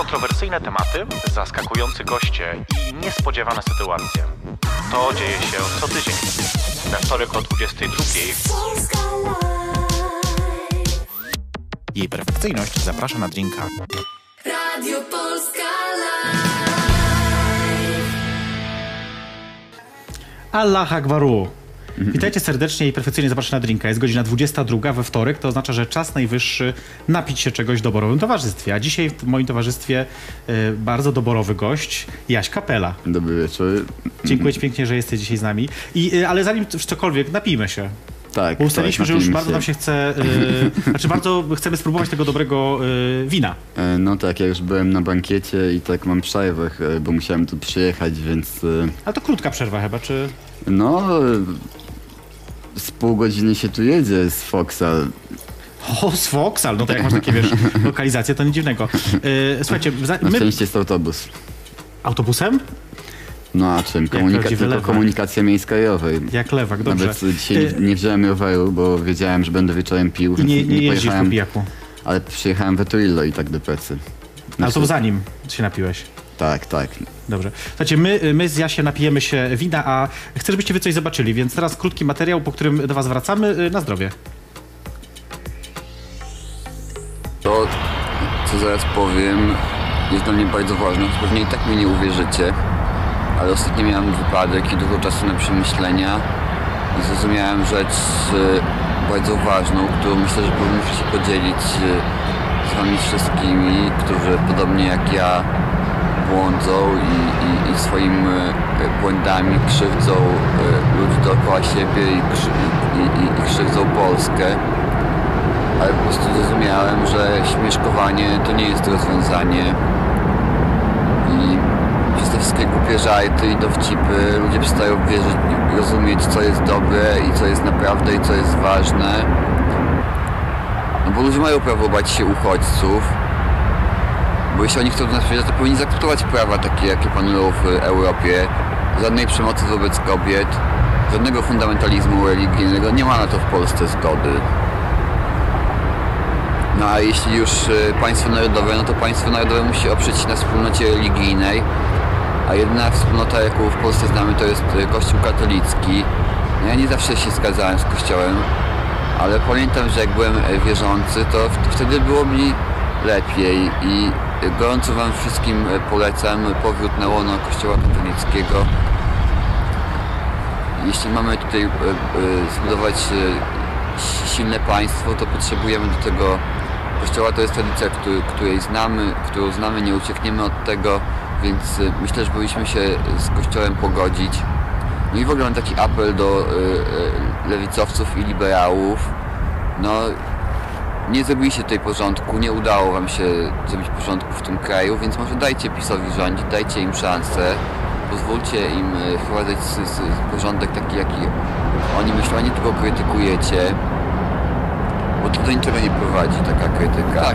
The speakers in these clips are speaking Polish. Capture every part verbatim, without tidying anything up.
Kontrowersyjne tematy, zaskakujący goście i niespodziewane sytuacje. To dzieje się co tydzień. We wtorek o dwudziestej drugiej. Jej perfekcyjność zaprasza na drinka. Radio Polska Live. Allah Akbaru. Witajcie serdecznie i perfekcyjnie zapraszam na drinka. Jest godzina dwudziesta druga we wtorek, to oznacza, że czas najwyższy napić się czegoś w doborowym towarzystwie. A dzisiaj w moim towarzystwie y, bardzo doborowy gość, Jaś Kapela. Dobry wieczór. Dziękuję ci pięknie, że jesteś dzisiaj z nami. I, y, ale zanim cokolwiek, napijmy się. Tak. Bo ustaliliśmy, tak, że już bardzo się. nam się chce, y, znaczy bardzo chcemy spróbować tego dobrego y, wina. E, no tak, ja już byłem na bankiecie i tak mam przerwę, bo musiałem tu przyjechać, więc... Y, ale to krótka przerwa chyba, czy... No... Z pół godziny się tu jedzie z Foxal. O, z Foxal, no to jak masz takie, wiesz, lokalizacje, to nic dziwnego. Yy, słuchajcie, za, Na my... szczęście jest autobus. Autobusem? No a czym? Komunika tylko lewak. Komunikacja miejska rower. Jak lewak, dobrze. Nawet dzisiaj yy... nie wziąłem roweru, bo wiedziałem, że będę wieczorem pił, więc nie, nie, nie jeździsz pojechałem. Po pijaku. Ale przyjechałem w Eturillo i tak do pracy. Znaczy... Ale to zanim się napiłeś. Tak, tak. Dobrze. Słuchajcie, my, my z Jasiem napijemy się wina, a chcę, żebyście wy coś zobaczyli, więc teraz krótki materiał, po którym do was wracamy. Na zdrowie. To, co zaraz powiem, jest dla mnie bardzo ważne. Pewnie i tak mi nie uwierzycie, ale ostatnio miałem wypadek i dużo czasu na przemyślenia i zrozumiałem rzecz bardzo ważną, którą myślę, że powinien się podzielić z wami wszystkimi, którzy podobnie jak ja błądzą i, i, i swoimi błędami krzywdzą ludzi dookoła siebie i, krzy, i, i, i krzywdzą Polskę. Ale po prostu zrozumiałem, że śmieszkowanie to nie jest rozwiązanie i przez te wszystkie głupie żarty i dowcipy ludzie przestają wierzyć, rozumieć, co jest dobre i co jest naprawdę i co jest ważne. No bo ludzie mają prawo bać się uchodźców, bo jeśli oni chcą do nas przyjeżdżać, to powinni zaakceptować prawa takie, jakie panują w Europie. Żadnej przemocy wobec kobiet, żadnego fundamentalizmu religijnego. Nie ma na to w Polsce zgody. No a jeśli już państwo narodowe, no to państwo narodowe musi oprzeć się na wspólnocie religijnej, a jedyna wspólnota, jaką w Polsce znamy, to jest Kościół katolicki. No ja nie zawsze się zgadzałem z Kościołem, ale pamiętam, że jak byłem wierzący, to wtedy było mi lepiej i gorąco wam wszystkim polecam powrót na łono Kościoła katolickiego. Jeśli mamy tutaj zbudować silne państwo, to potrzebujemy do tego Kościoła. To jest tradycja, której znamy, którą znamy, nie uciekniemy od tego, więc myślę, że powinniśmy się z Kościołem pogodzić. No i w ogóle mam taki apel do lewicowców i liberałów. No, nie zrobiliście tutaj porządku, nie udało wam się zrobić porządku w tym kraju, więc może dajcie PiS-owi rządzić, dajcie im szansę, pozwólcie im wprowadzać porządek taki, jaki oni myślą, a nie tylko krytykujecie, bo to do niczego nie prowadzi taka krytyka.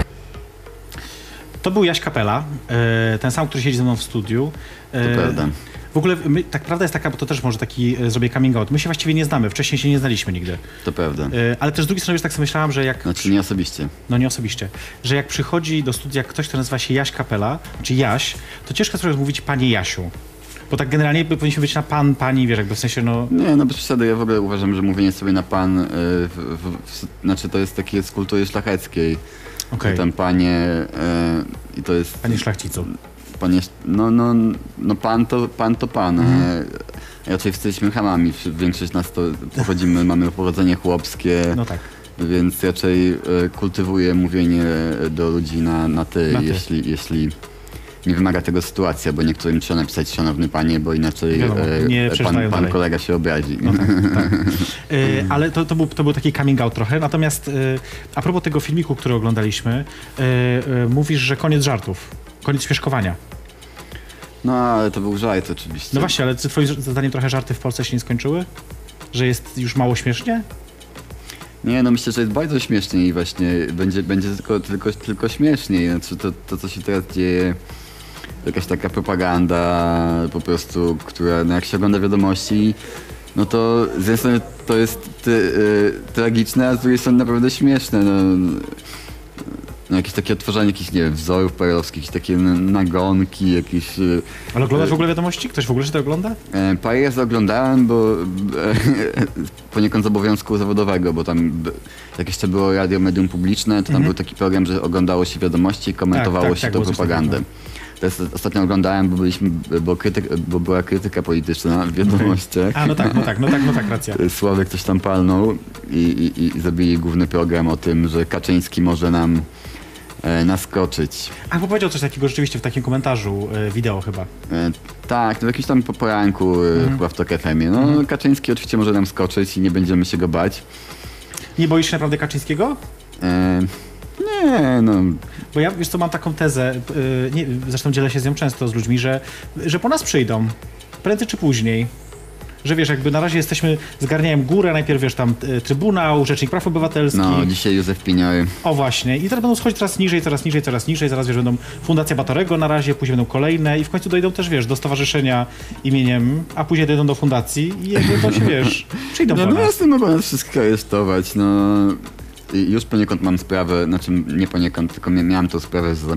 To był Jaś Kapela, ten sam, który siedzi ze mną w studiu. To prawda. W ogóle, my, tak prawda jest taka, bo to też może taki e, zrobię coming out. My się właściwie nie znamy, wcześniej się nie znaliśmy nigdy. To prawda. E, ale też z drugiej strony już tak sobie myślałam, że jak... Znaczy nie osobiście. No nie osobiście. Że jak przychodzi do studia ktoś, kto nazywa się Jaś Kapela, czy Jaś, to ciężko sobie mówić panie Jasiu. Bo tak generalnie powinniśmy być na pan, pani, wiesz, jakby w sensie no... Nie, no bez przesady, ja w ogóle uważam, że mówienie sobie na pan, yy, w, w, w, znaczy to jest takie z kultury szlacheckiej. Okej. Tam panie yy, i to jest... Panie szlachcicu. Panie, no, no, no pan to pan. To pan. Mhm. E, raczej jesteśmy chamami. Większość nas to pochodzimy, mamy pochodzenie chłopskie. No tak. Więc raczej e, kultywuję mówienie do ludzi na, na ty, na ty. Jeśli, jeśli nie wymaga tego sytuacja, bo niektórym trzeba napisać szanowny panie, bo inaczej Wiadomo, nie e, pan, pan dalej. kolega się obrazi. No tak, tak. E, ale to, to, był, to był taki coming out trochę. Natomiast e, a propos tego filmiku, który oglądaliśmy, e, e, mówisz, że koniec żartów. Koniec śmieszkowania. No, ale to był żart oczywiście. No właśnie, ale czy twoim zdaniem trochę żarty w Polsce się nie skończyły? Że jest już mało śmiesznie? Nie, no myślę, że jest bardzo śmiesznie i właśnie będzie, będzie tylko, tylko, tylko śmieszniej. Znaczy to, to, co się teraz dzieje, jakaś taka propaganda po prostu, która, no jak się ogląda wiadomości, no to z jednej strony to jest ty, y, tragiczne, a z drugiej strony naprawdę śmieszne. No. no, jakieś takie odtwarzanie jakichś, nie wiem, wzorów perelowskich, jakieś takie n- nagonki, jakieś... y, Ale oglądasz w ogóle wiadomości? Ktoś w ogóle się to ogląda? E, Parę razy oglądałem, bo e, poniekąd z obowiązku zawodowego, bo tam b, jak jeszcze było radio medium publiczne, to tam Mhm. był taki program, że oglądało się wiadomości i komentowało Tak, tak, się tak, tą było coś propagandę. takiego. To jest, ostatnio oglądałem, bo, byliśmy, bo, krytyk, bo była krytyka polityczna w wiadomościach. A, no tak, no tak, no tak, no tak, racja. Sławek coś tam palnął i, i, i zrobili główny program o tym, że Kaczyński może nam e, naskoczyć. A, bo powiedział coś takiego rzeczywiście w takim komentarzu, e, wideo chyba. E, tak, to w jakimś tam po poranku e, Mhm. chyba w Tok F M ie. No Kaczyński oczywiście może nam skoczyć i nie będziemy się go bać. Nie boisz się naprawdę Kaczyńskiego? E, nie, no. Bo ja, wiesz co, mam taką tezę, yy, nie, zresztą dzielę się z nią często z ludźmi, że, że po nas przyjdą, prędzej czy później. Że wiesz, jakby na razie jesteśmy, zgarniają górę, najpierw wiesz tam y, Trybunał, Rzecznik Praw Obywatelskich. No, dzisiaj Józef Piniory. O właśnie. I teraz będą schodzić coraz niżej, coraz niżej, coraz niżej. Zaraz wiesz, będą Fundacja Batorego na razie, później będą kolejne i w końcu dojdą też, wiesz, do stowarzyszenia imieniem, a później dojdą do fundacji i jakby to się, wiesz, przyjdą No, po no nas. jasne, mogą nas wszystkich aresztować, no. I już poniekąd mam sprawę, znaczy nie poniekąd, tylko mia- miałem tą sprawę z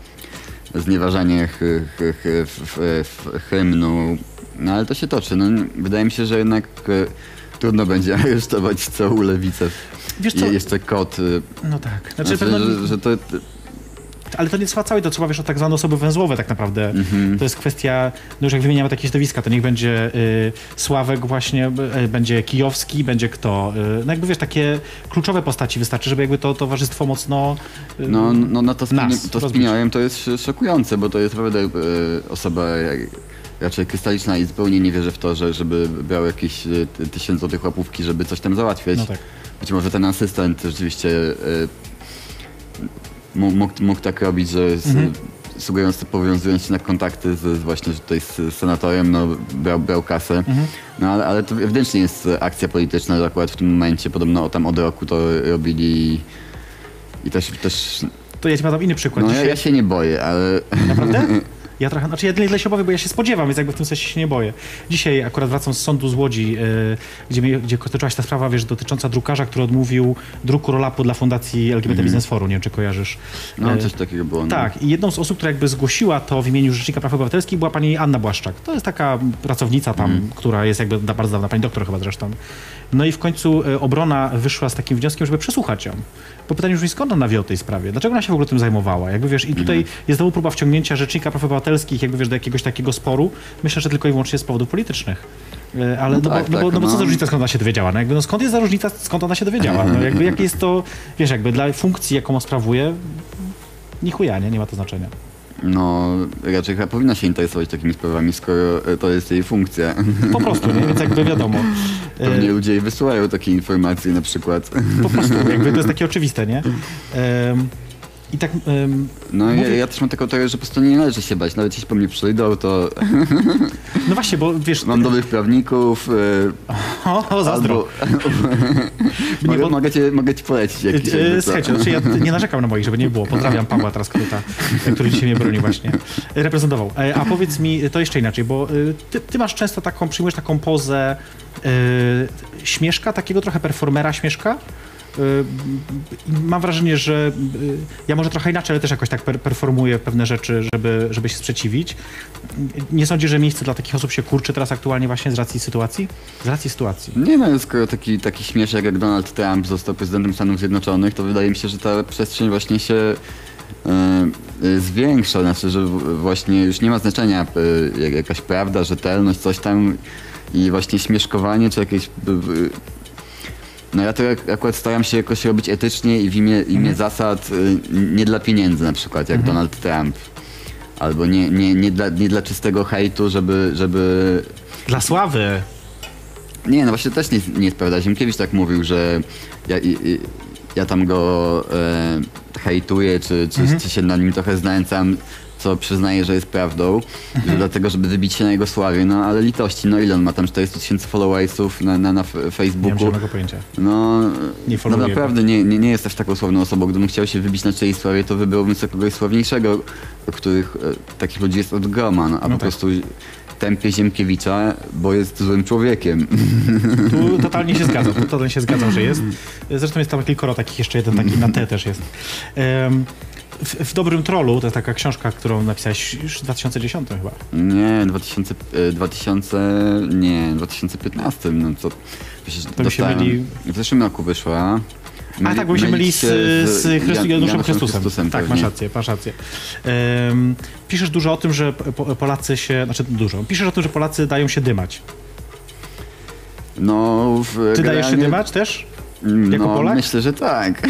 znieważanie ch, ch, ch, f, f, hymnu, no ale to się toczy. No, wydaje mi się, że jednak e, trudno będzie aresztować całą lewicę. Wiesz co? I jeszcze kot. e, No tak. Znaczy, Znaczy, pewno, że, że to, ale to nie trwa całej, to trzeba, wiesz, o tak zwane osoby węzłowe tak naprawdę. Mhm. To jest kwestia, no już jak wymieniamy takie środowiska, to niech będzie y, Sławek właśnie, y, będzie Kijowski, będzie kto. Y, no jakby, wiesz, takie kluczowe postaci wystarczy, żeby jakby to towarzystwo mocno... Y, no, no, no to, z, nas Pini- to z rozbić. Piniojem to jest sz- szokujące, bo to jest naprawdę e, osoba jak, raczej krystaliczna i zupełnie nie wierzę w to, że żeby brał jakieś e, ty- tysiąc złotych łapówki, żeby coś tam załatwiać. No tak. Być może ten asystent rzeczywiście e, mógł, mógł, mógł tak robić, że z, Mhm. sugerując to, powiązując się na kontakty z, z właśnie tutaj z senatorem, no brał, brał kasę. Mhm. No ale, ale to ewidentnie jest akcja polityczna, że akurat w tym momencie podobno tam od roku to robili i też, też To ja ci podam inny przykład. no ja, Dzisiaj... ja się nie boję, ale Naprawdę? Ja trochę, znaczy ja tyle się obawiam, bo ja się spodziewam, więc jakby w tym sensie się nie boję. Dzisiaj akurat wracam z sądu z Łodzi, yy, gdzie, mi, gdzie toczyła się ta sprawa, wiesz, dotycząca drukarza, który odmówił druku roll-upu dla fundacji L G B T Business Forum, nie wiem, czy kojarzysz. no Yy, coś takiego było. No. Tak, i jedną z osób, która jakby zgłosiła to w imieniu Rzecznika Praw Obywatelskich, była pani Anna Błaszczak. To jest taka pracownica tam, Mhm. która jest jakby da- bardzo dawna, pani doktor chyba zresztą. No i w końcu y, obrona wyszła z takim wnioskiem, żeby przesłuchać ją. Bo pytanie brzmi, skąd ona wie o tej sprawie? Dlaczego ona się w ogóle tym zajmowała? Jakby wiesz, i tutaj Mhm. jest znowu próba wciągnięcia Rzecznika Praw Obywatelskich, jakby wiesz, do jakiegoś takiego sporu. Myślę, że tylko i wyłącznie z powodów politycznych. Y, Ale No no, tak, bo, no, bo, tak, no bo co no. za różnica, skąd ona się dowiedziała? No jakby, no skąd jest za różnica, skąd ona się dowiedziała? No jakby, jak jest to, wiesz, jakby dla funkcji, jaką sprawuje, ni chuja, nie? Nie ma to znaczenia. No raczej chyba powinna się interesować takimi sprawami, skoro e, to jest jej funkcja. Po prostu, nie? Więc jakby wiadomo. Pewnie E, ludzie jej wysyłają takie informacje na przykład. po prostu, jakby to jest takie oczywiste, nie? Em, I tak... em, No ja, Mówię- ja też mam taką teorię, że po prostu nie należy się bać. Nawet jeśli po mnie przyjdą, to no właśnie, bo wiesz... mam dobrych prawników. e, O, o zazdro. Albo... Nie, mogę, bo- mogę, cię, mogę ci polecić jakiś. E, jakby co. Słuchajcie, znaczy ja nie narzekam na moich, żeby nie było. Pozdrawiam Pawła Traskruta, który dzisiaj mnie broni właśnie. E, Reprezentował. E, A powiedz mi, to jeszcze inaczej, bo e, ty, ty masz często taką, przyjmujesz taką pozę e, śmieszka, takiego trochę performera śmieszka. I mam wrażenie, że y, ja może trochę inaczej, ale też jakoś tak per, performuję pewne rzeczy, żeby, żeby się sprzeciwić. Nie sądzisz, że miejsce dla takich osób się kurczy teraz aktualnie właśnie z racji sytuacji? Z racji sytuacji. Nie no, skoro taki, taki śmieszek jak Donald Trump został prezydentem Stanów Zjednoczonych, to wydaje mi się, że ta przestrzeń właśnie się e, e, zwiększa. Znaczy, że w- właśnie już nie ma znaczenia e, jak- jakaś prawda, rzetelność, coś tam i właśnie śmieszkowanie czy jakieś... b- b- No ja to jak, akurat staram się jakoś robić etycznie i w imię, imię zasad y, nie dla pieniędzy na przykład, jak Donald Trump. Albo nie, nie, nie, dla, nie dla czystego hejtu, żeby, żeby... Dla sławy. Nie, no właśnie też nie, nie jest prawda. Ziemkiewicz tak mówił, że ja, i, i, ja tam go e, hejtuję, czy, czy, czy się nad nim trochę znęcam, co przyznaję, że jest prawdą, że dlatego, żeby wybić się na jego sławie. No ale litości, no ile on ma tam czterysta tysięcy followersów na, na, na f- Nie mam Facebooku. żadnego pojęcia. No, Nie no followuję naprawdę nie, nie, nie jest aż taką sławną osobą. Gdybym chciał się wybić na czyjejś sławie, to wybrałbym sobie kogoś sławniejszego, których e, takich ludzi jest od groma, no, a No po tak. prostu tępię Ziemkiewicza, bo jest złym człowiekiem. Tu totalnie się zgadzam, tu totalnie się zgadzam, że jest. Zresztą jest tam kilkoro takich, jeszcze jeden taki na T też jest. Em, w, w Dobrym Trollu, to taka książka, którą napisałeś już w dwa tysiące dziesiątym chyba. Nie, dwa tysiące, e, dwa tysiące, nie, dwa tysiące piętnastym, no co, przecież To mi się dostałem- myli- w zeszłym roku wyszła. A tak, bo mi się myli z, się z Chrystu, Jan- Januszem Januszem Chrystusem. Chrystusem, Tak, pewnie. masz rację, masz rację. Em, piszesz dużo o tym, że po, Polacy się, znaczy dużo, piszesz o tym, że Polacy dają się dymać. No, w, Ty dajesz się generalnie- dymać też? Mm, jako no, Polak? myślę, że tak.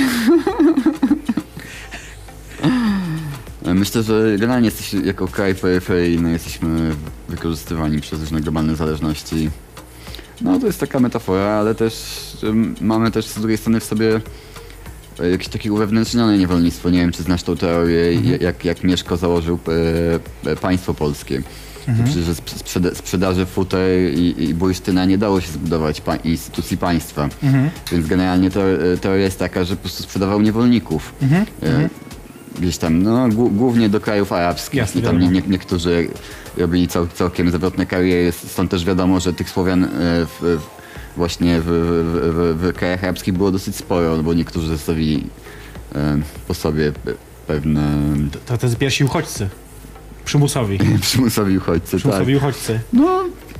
Myślę, że generalnie jesteś, jako kraj peryferyjny jesteśmy wykorzystywani przez różne globalne zależności. No to jest taka metafora, ale też em, mamy też z drugiej strony w sobie e, jakieś takie uwewnętrznione niewolnictwo. Nie wiem, czy znasz tą teorię, Mhm. jak, jak Mieszko założył e, e, państwo polskie. Mhm. Przecież z sprzeda- sprzedaży futer i, i bursztyna nie dało się zbudować pa- instytucji państwa. Mhm. Więc generalnie to, teoria jest taka, że po prostu sprzedawał niewolników. Mhm. E, Gdzieś tam, no głó- głównie do krajów arabskich. Jasne, I tam nie, wiadomo. nie, niektórzy robili cał, całkiem zawrotne kariery. Stąd też wiadomo, że tych Słowian e, w, w, właśnie w, w, w, w krajach arabskich było dosyć sporo, bo niektórzy zostawili e, po sobie pe- pewne To, to jest pierwsi uchodźcy. Przymusowi. przymusowi uchodźcy. Tak. Przymusowi uchodźcy. No,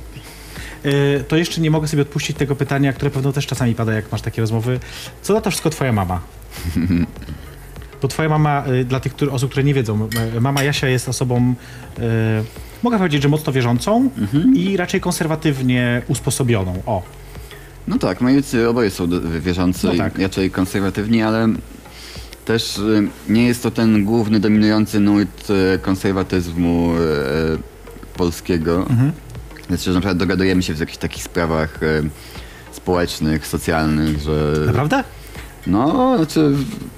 Y, to jeszcze nie mogę sobie odpuścić tego pytania, które pewno też czasami pada, jak masz takie rozmowy. Co na to wszystko twoja mama? Bo twoja mama, y, dla tych który, osób, które nie wiedzą, y, mama Jasia jest osobą, y, mogę powiedzieć, że mocno wierzącą i raczej konserwatywnie usposobioną. O, no tak, moi ojcy oboje są do- wierzący, No i tak. raczej konserwatywni, ale też y, nie jest to ten główny, dominujący nurt y, konserwatyzmu y, polskiego. Mhm. Znaczy, że na przykład dogadujemy się w jakichś takich sprawach y, społecznych, socjalnych, że... naprawdę? No, znaczy... w-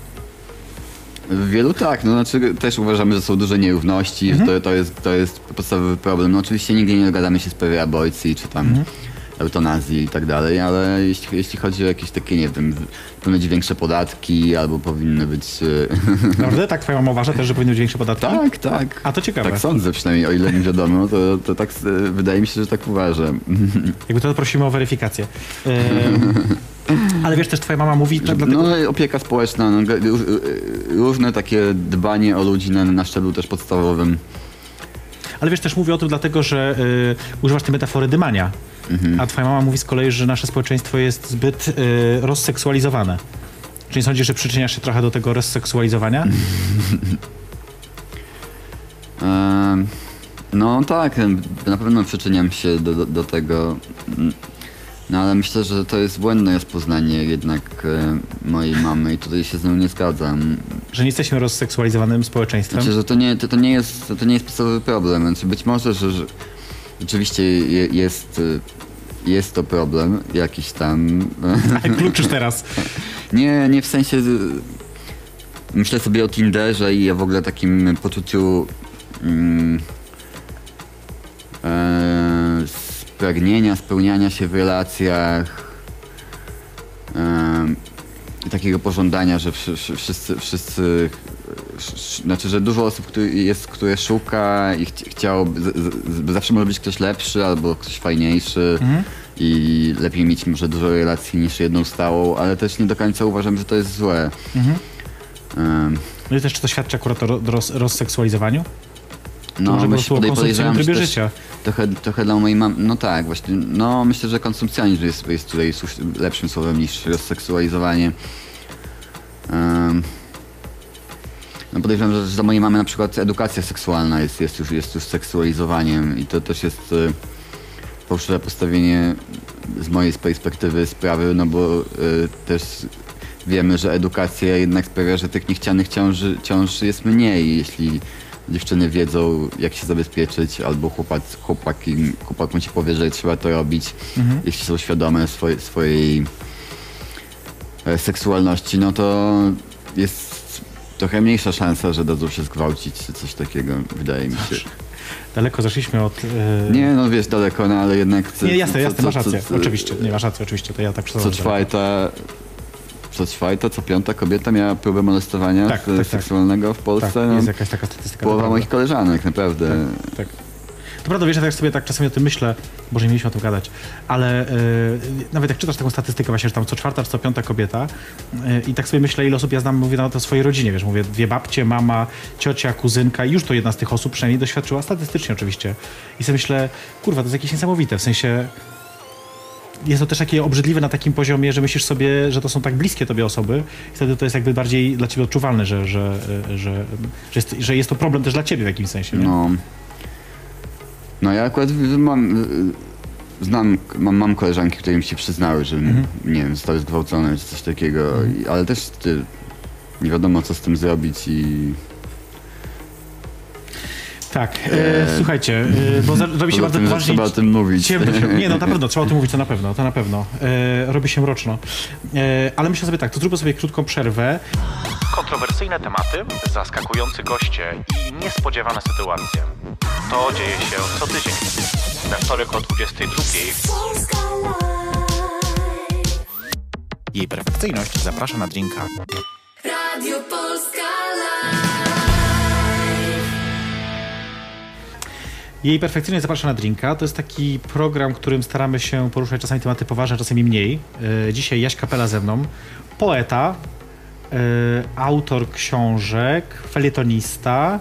W wielu tak, no znaczy też uważamy, że są duże nierówności, Mhm. że to, to, jest, to jest podstawowy problem. No oczywiście nigdy nie dogadamy się w sprawie aborcji, czy tam Mhm. eutanazji i tak dalej, ale jeśli, jeśli chodzi o jakieś takie, nie wiem, powinny być większe podatki, albo powinny być... e, Naprawdę? Tak twoja mama uważa też, że powinny być większe podatki? tak, tak. A to ciekawe. Tak sądzę przynajmniej, o ile mi wiadomo, to, to tak e, wydaje mi się, że tak uważam. Jakby to prosimy o weryfikację. Ym, ale wiesz, też twoja mama mówi... Że, dlatego... no opieka społeczna, no, ge- ró- różne takie dbanie o ludzi na, na szczeblu też podstawowym. Ale wiesz, też mówię o tym dlatego, że y, używasz tej metafory dymania. Mhm. A twoja mama mówi z kolei, że nasze społeczeństwo jest zbyt y, rozseksualizowane. Czy nie sądzisz, że przyczyniasz się trochę do tego rozseksualizowania? Em, No tak, na pewno przyczyniam się do, do, do tego. No ale myślę, że to jest błędne rozpoznanie jednak e, mojej mamy i tutaj się z nią nie zgadzam. Że nie jesteśmy rozseksualizowanym społeczeństwem? Znaczy, że to nie, to, to nie, jest, to nie jest podstawowy problem. Znaczy, być może, że, że rzeczywiście je, jest, e, jest to problem jakiś tam. Ale kluczysz teraz. Nie, nie w sensie. e, Myślę sobie o Tinderze i o w ogóle takim poczuciu mm, e, spragnienia, spełniania się w relacjach e, i takiego pożądania, że wszy, wszy, wszyscy, wszyscy sz, sz, znaczy, że dużo osób który jest, które szuka i chci, chciałoby, z, z, zawsze może być ktoś lepszy albo ktoś fajniejszy Mhm. i lepiej mieć może dużo relacji niż jedną stałą, ale też nie do końca uważam, że to jest złe. Mhm. E, No i też czy to świadczy akurat o ro- roz, rozseksualizowaniu? No, może po myślę, prostu o podej- konsumpcyjnym podejrzewam, że trybie też życia. Trochę, trochę dla mojej mamy, no tak, właśnie, no myślę, że konsumpcjonizm jest, jest tutaj słusz- lepszym słowem niż rozseksualizowanie. Um, no podejrzewam, że dla mojej mamy na przykład edukacja seksualna jest, jest, już, jest już seksualizowaniem i to też jest y, fałszywe postawienie z mojej perspektywy sprawy, no bo y, też wiemy, że edukacja jednak sprawia, że tych niechcianych ciąży, ciąż jest mniej, jeśli dziewczyny wiedzą, jak się zabezpieczyć, albo chłopak, chłopaki, chłopak mu ci powie, że trzeba to robić, Mhm. jeśli są świadome swoje, swojej e, seksualności, no to jest trochę mniejsza szansa, że dadzą się zgwałcić, czy coś takiego, wydaje mi się. Daleko zeszliśmy od... Yy... Nie, no wiesz, daleko, no ale jednak... Co, Nie, jasne, co- jasne, co- masz co- rację. co- Oczywiście, nie, masz rację, oczywiście, to ja tak Co przepraszam. czwarta... Co czwarta, co piąta kobieta miała próbę molestowania Tak, e, tak, tak. seksualnego w Polsce. Tak, no, jest jakaś taka statystyka. połowa naprawdę. moich koleżanek, naprawdę. Tak. prawda, wiesz, jak sobie tak czasami o tym myślę, Boże, nie mieliśmy o tym gadać, ale yy, nawet jak czytasz taką statystykę właśnie, że tam co czwarta czy co piąta kobieta yy, i tak sobie myślę, ile osób ja znam, mówię nawet o swojej rodzinie, wiesz, mówię dwie babcie, mama, ciocia, kuzynka i już to jedna z tych osób przynajmniej doświadczyła, statystycznie oczywiście. I sobie myślę, kurwa, to jest jakieś niesamowite, w sensie jest to też takie obrzydliwe na takim poziomie, że myślisz sobie, że to są tak bliskie tobie osoby i wtedy to jest jakby bardziej dla ciebie odczuwalne, że, że, że, że, jest, że jest to problem też dla ciebie w jakimś sensie, nie? No, no ja akurat mam, znam, mam, mam koleżanki, które mi się przyznały, że mhm. nie wiem, zostały zgwałcone czy coś takiego, mhm. ale też ty, nie wiadomo co z tym zrobić i... Tak, e, słuchajcie, e, bo robi się bardzo poważnie. Trzeba o tym mówić. Ciemno się, nie, no na pewno, trzeba o tym mówić, to na pewno, to na pewno. E, robi się mroczno. E, ale myślę sobie tak, to zróbmy sobie krótką przerwę. Kontrowersyjne tematy, zaskakujący goście i niespodziewane sytuacje. To dzieje się co tydzień. We wtorek o dwudziestej drugiej. Jej perfekcyjność zaprasza na drinka. Radio Polska Live. Jej perfekcyjność zaprasza na drinka. To jest taki program, którym staramy się poruszać czasami tematy poważne, czasami mniej. E, dzisiaj Jaś Kapela ze mną, poeta, e, autor książek, felietonista.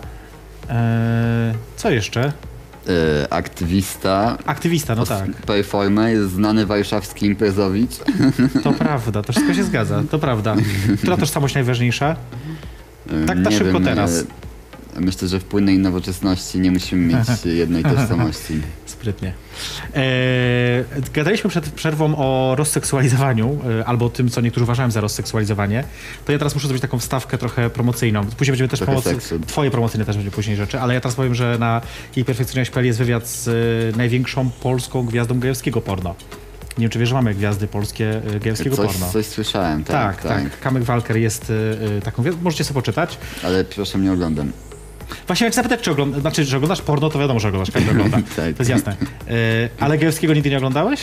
E, co jeszcze? E, aktywista. Aktywista, no tak. Performer, jest znany warszawski imprezowicz. To prawda, to wszystko się zgadza, to prawda. Która tożsamość najważniejsza? Tak na Nie szybko wiem, teraz. Myślę, że w płynnej nowoczesności nie musimy mieć jednej tożsamości. Sprytnie. E, gadaliśmy przed przerwą o rozseksualizowaniu, e, albo o tym, co niektórzy uważają za rozseksualizowanie. To ja teraz muszę zrobić taką wstawkę trochę promocyjną. Później będziemy też pomocy, twoje promocyjne też będzie później rzeczy, ale ja teraz powiem, że na Jej perfekcyjność kropka p l jest wywiad z e, największą polską gwiazdą gejowskiego porno. Nie wiem, czy wiesz, że mamy gwiazdy polskie e, gejowskiego coś, porno. Coś słyszałem, tak. Tak, tak. tak. Kamek Walker jest e, taką gwiazdą, możecie sobie poczytać. Ale proszę, nie oglądam. Właśnie jak zapytać, czy oglądasz, znaczy, że oglądasz porno, to wiadomo, że oglądasz, każdy ogląda. Tak. To jest jasne. E, ale gejowskiego nigdy nie oglądałeś?